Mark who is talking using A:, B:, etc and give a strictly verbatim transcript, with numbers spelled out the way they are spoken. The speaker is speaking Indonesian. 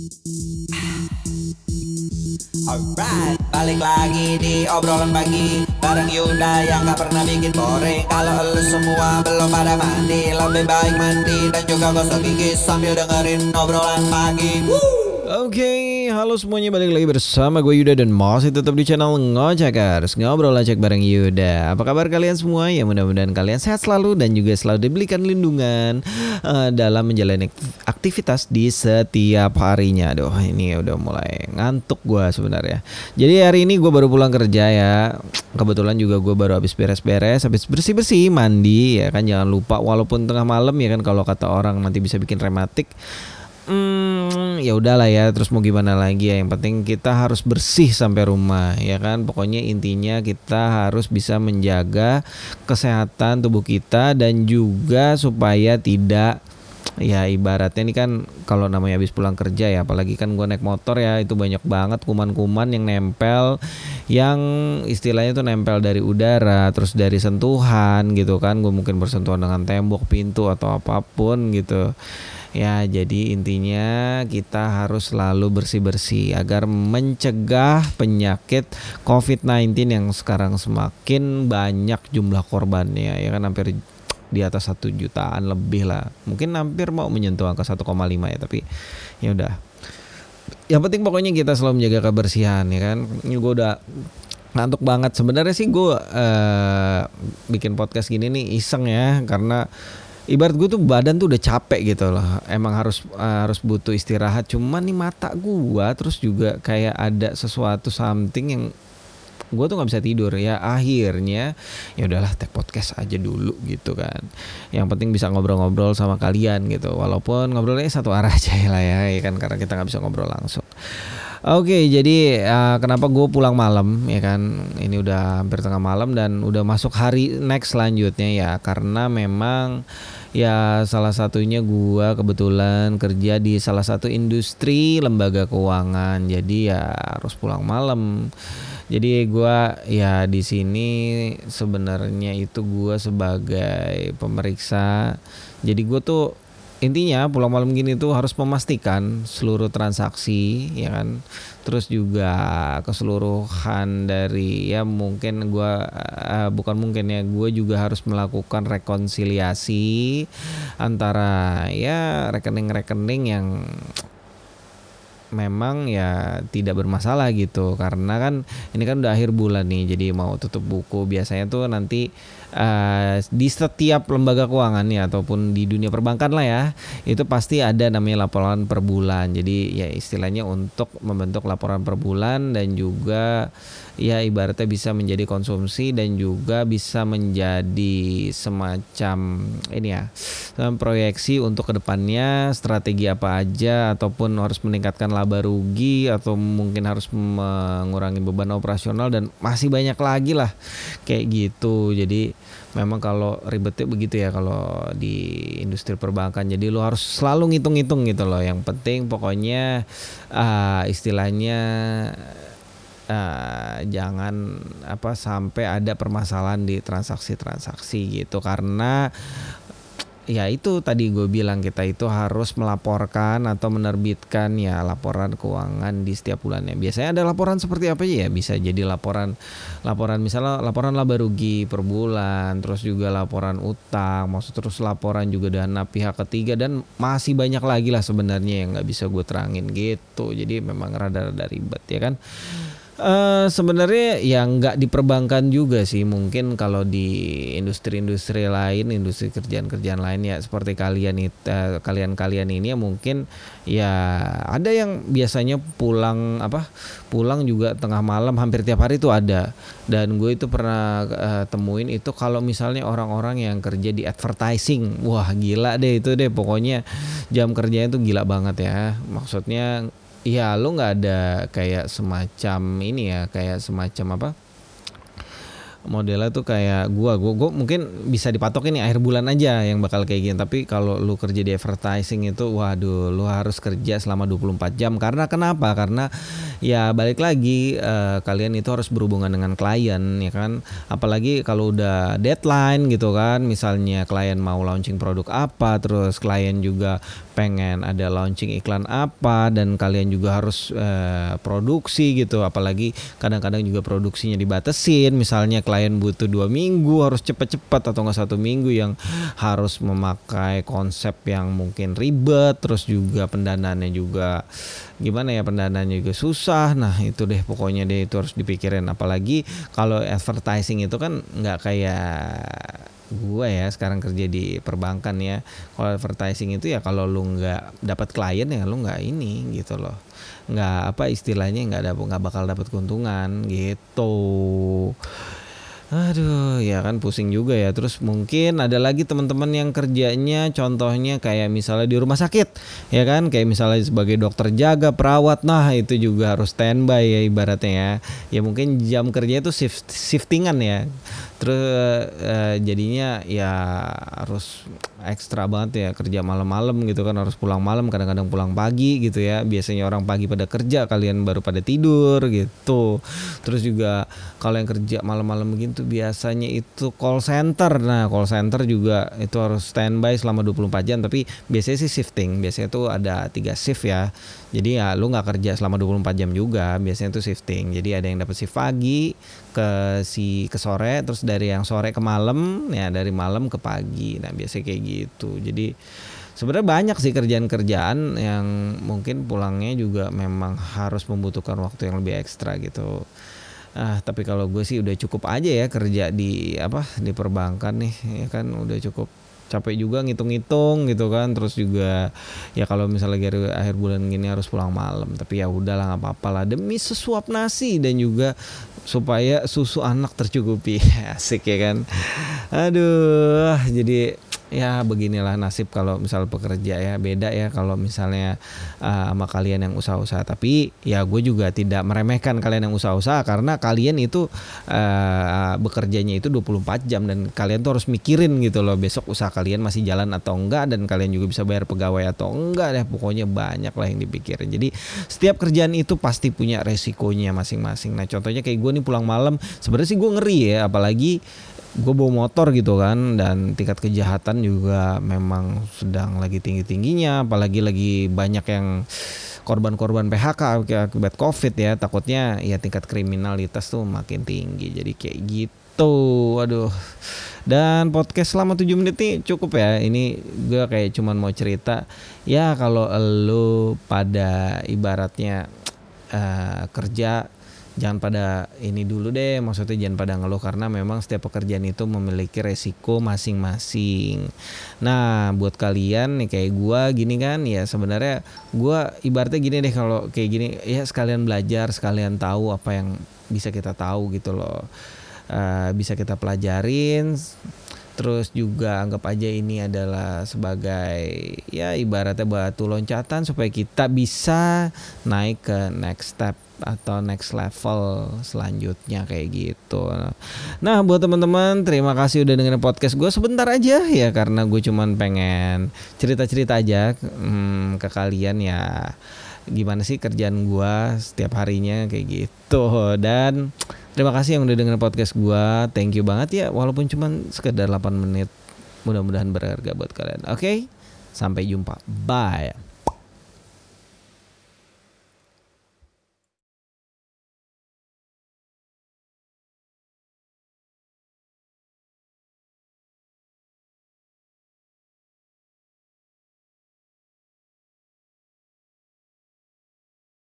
A: Alright, balik lagi di obrolan pagi bareng Yuda yang gak pernah bikin boring. Kalau lu semua belum pada mandi, lebih baik mandi dan juga gosok gigi sambil dengerin obrolan pagi. Woo!
B: Oke, okay, halo semuanya, balik lagi bersama gue Yuda dan masih tetap di channel Ngocakers, ngobrol acak bareng Yuda. Apa kabar kalian semua? Ya mudah-mudahan kalian sehat selalu dan juga selalu diberikan lindungan uh, dalam menjalani aktivitas di setiap harinya. Aduh, ini udah mulai ngantuk gue sebenarnya. Jadi hari ini gue baru pulang kerja ya. Kebetulan juga gue baru habis beres-beres, habis bersih-bersih, mandi ya kan. Jangan lupa walaupun tengah malam ya kan, kalau kata orang nanti bisa bikin rematik. Hmm, ya udahlah ya. Terus mau gimana lagi ya? Yang penting kita harus bersih sampai rumah, ya kan. Pokoknya intinya kita harus bisa menjaga kesehatan tubuh kita dan juga supaya tidak, ya ibaratnya ini kan kalau namanya habis pulang kerja ya, apalagi kan gue naik motor ya, itu banyak banget kuman-kuman yang nempel, yang istilahnya tuh nempel dari udara, terus dari sentuhan gitu kan. Gue mungkin bersentuhan dengan tembok, pintu atau apapun gitu. Ya, jadi intinya kita harus selalu bersih-bersih agar mencegah penyakit covid sembilan belas yang sekarang semakin banyak jumlah korbannya, ya kan, hampir di atas satu jutaan lebih lah. Mungkin hampir mau menyentuh angka satu koma lima ya, tapi ya udah. Yang penting pokoknya kita selalu menjaga kebersihan, ya kan. Ini gue udah ngantuk banget. Sebenarnya sih gue uh, bikin podcast gini nih iseng ya, karena ibarat gue tuh badan tuh udah capek gitu loh. Emang harus uh, harus butuh istirahat. Cuman nih mata gue terus juga kayak ada sesuatu something yang gue tuh nggak bisa tidur ya. Akhirnya ya udahlah, take podcast aja dulu gitu kan. Yang penting bisa ngobrol-ngobrol sama kalian gitu. Walaupun ngobrolnya satu arah aja lah ya, ya kan, karena kita nggak bisa ngobrol langsung. Oke, jadi uh, kenapa gue pulang malam ya kan? Ini udah hampir tengah malam dan udah masuk hari next selanjutnya ya, karena memang ya salah satunya gue kebetulan kerja di salah satu industri lembaga keuangan, jadi ya harus pulang malam. Jadi gue ya di sini sebenarnya itu gue sebagai pemeriksa. Jadi gue tuh intinya pulang malam gini tuh harus memastikan seluruh transaksi, ya kan. Terus juga keseluruhan dari, ya mungkin gue uh, bukan mungkin ya, gue juga harus melakukan rekonsiliasi antara ya rekening-rekening yang memang ya tidak bermasalah gitu. Karena kan ini kan udah akhir bulan nih, jadi mau tutup buku. Biasanya tuh nanti uh, di setiap lembaga keuangan ya, ataupun di dunia perbankan lah ya, itu pasti ada namanya laporan per bulan. Jadi ya istilahnya untuk membentuk laporan per bulan dan juga ya ibaratnya bisa menjadi konsumsi dan juga bisa menjadi semacam ini ya, proyeksi untuk kedepannya strategi apa aja, ataupun harus meningkatkan laba rugi, atau mungkin harus mengurangi beban operasional, dan masih banyak lagi lah kayak gitu. Jadi memang kalau ribetnya begitu ya kalau di industri perbankan. Jadi lo harus selalu ngitung-ngitung gitu loh. Yang penting pokoknya uh, istilahnya Uh, jangan apa sampai ada permasalahan di transaksi-transaksi gitu, karena ya itu tadi gue bilang, kita itu harus melaporkan atau menerbitkan ya laporan keuangan di setiap bulannya. Biasanya ada laporan seperti apa aja ya, bisa jadi laporan laporan misalnya laporan laba rugi per bulan, terus juga laporan utang, maksud terus laporan juga dana pihak ketiga, dan masih banyak lagi lah sebenarnya yang nggak bisa gue terangin gitu. Jadi memang rada-rada ribet ya kan. Uh, sebenarnya yang nggak diperbankan juga sih, mungkin kalau di industri-industri lain, industri kerjaan-kerjaan lain ya seperti kalian itu, uh, kalian-kalian ini ya mungkin ya ada yang biasanya pulang apa pulang juga tengah malam, hampir tiap hari itu ada. Dan gue itu pernah uh, temuin itu kalau misalnya orang-orang yang kerja di advertising, wah gila deh itu deh, pokoknya jam kerjanya tuh gila banget ya. Maksudnya iya, lo nggak ada kayak semacam ini ya, kayak semacam apa? Modelnya tuh kayak gua, gua, gua mungkin bisa dipatokin nih akhir bulan aja yang bakal kayak gini. Tapi kalau lu kerja di advertising itu, waduh, lu harus kerja selama dua puluh empat jam. Karena kenapa? Karena ya balik lagi uh, kalian itu harus berhubungan dengan klien, ya kan. Apalagi kalau udah deadline gitu kan. Misalnya klien mau launching produk apa, terus klien juga pengen ada launching iklan apa dan kalian juga harus uh, produksi gitu, apalagi kadang-kadang juga produksinya dibatesin, misalnya klien butuh dua minggu harus cepet-cepet atau nggak satu minggu yang harus memakai konsep yang mungkin ribet, terus juga pendanaannya juga gimana ya, pendanaannya juga susah. Nah itu deh pokoknya deh itu harus dipikirin, apalagi kalau advertising itu kan nggak kayak gue ya sekarang kerja di perbankan ya. Kalau advertising itu ya kalau lu nggak dapat klien ya lu nggak ini gitu loh, nggak apa istilahnya nggak ada nggak bakal dapat keuntungan gitu. Aduh ya kan pusing juga ya. Terus mungkin ada lagi teman-teman yang kerjanya contohnya kayak misalnya di rumah sakit ya kan, kayak misalnya sebagai dokter jaga, perawat, nah itu juga harus standby ya ibaratnya ya. Ya mungkin jam kerjanya itu shift, shiftingan ya. Terus eh, jadinya ya harus ekstra banget ya kerja malam-malam gitu kan, harus pulang malam, kadang-kadang pulang pagi gitu ya. Biasanya orang pagi pada kerja, kalian baru pada tidur gitu. Terus juga kalau yang kerja malam-malam begitu biasanya itu call center. Nah call center juga itu harus standby selama dua puluh empat jam, tapi biasanya sih shifting. Biasanya tuh ada tiga shift ya. Jadi ya lu gak kerja selama dua puluh empat jam juga, biasanya tuh shifting. Jadi ada yang dapat shift pagi ke si ke sore, terus dari yang sore ke malam, ya dari malam ke pagi. Nah biasanya kayak gitu. Jadi sebenarnya banyak sih kerjaan-kerjaan yang mungkin pulangnya juga memang harus membutuhkan waktu yang lebih ekstra gitu. Ah tapi kalau gue sih udah cukup aja ya kerja di apa di perbankan nih, ya kan udah cukup. Capek juga ngitung-ngitung gitu kan, terus juga ya kalau misalnya lagi akhir bulan gini harus pulang malam, tapi ya udahlah nggak apa-apa lah demi sesuap nasi dan juga supaya susu anak tercukupi. Asik ya kan. Aduh jadi ya beginilah nasib kalau misal pekerja ya, beda ya kalau misalnya uh, sama kalian yang usaha-usaha. Tapi ya gue juga tidak meremehkan kalian yang usaha-usaha, karena kalian itu uh, bekerjanya itu dua puluh empat jam dan kalian tuh harus mikirin gitu loh besok usaha kalian masih jalan atau enggak, dan kalian juga bisa bayar pegawai atau enggak deh, pokoknya banyak lah yang dipikirin. Jadi setiap kerjaan itu pasti punya resikonya masing-masing. Nah contohnya kayak gue nih pulang malam, sebenarnya sih gue ngeri ya, apalagi gue bawa motor gitu kan, dan tingkat kejahatan juga memang sedang lagi tinggi-tingginya, apalagi lagi banyak yang korban-korban P H K akibat COVID ya, takutnya ya tingkat kriminalitas tuh makin tinggi. Jadi kayak gitu. Waduh. Dan podcast selama tujuh menit nih cukup ya. Ini gue kayak cuman mau cerita ya, kalau lu pada ibaratnya uh, kerja jangan pada ini dulu deh, maksudnya jangan pada ngeluh, karena memang setiap pekerjaan itu memiliki resiko masing-masing. Nah buat kalian nih kayak gue gini kan, ya sebenarnya gue ibaratnya gini deh, kalau kayak gini ya sekalian belajar, sekalian tahu apa yang bisa kita tahu gitu loh, uh, bisa kita pelajarin. Terus juga anggap aja ini adalah sebagai ya ibaratnya batu loncatan supaya kita bisa naik ke next step atau next level selanjutnya kayak gitu. Nah buat teman-teman, terima kasih udah dengerin podcast gue sebentar aja ya, karena gue cuman pengen cerita-cerita aja hmm, ke kalian ya gimana sih kerjaan gue setiap harinya kayak gitu. Dan terima kasih yang udah dengerin podcast gue, thank you banget ya, walaupun cuman sekedar delapan menit, mudah-mudahan berharga buat kalian. Oke, sampai jumpa, bye.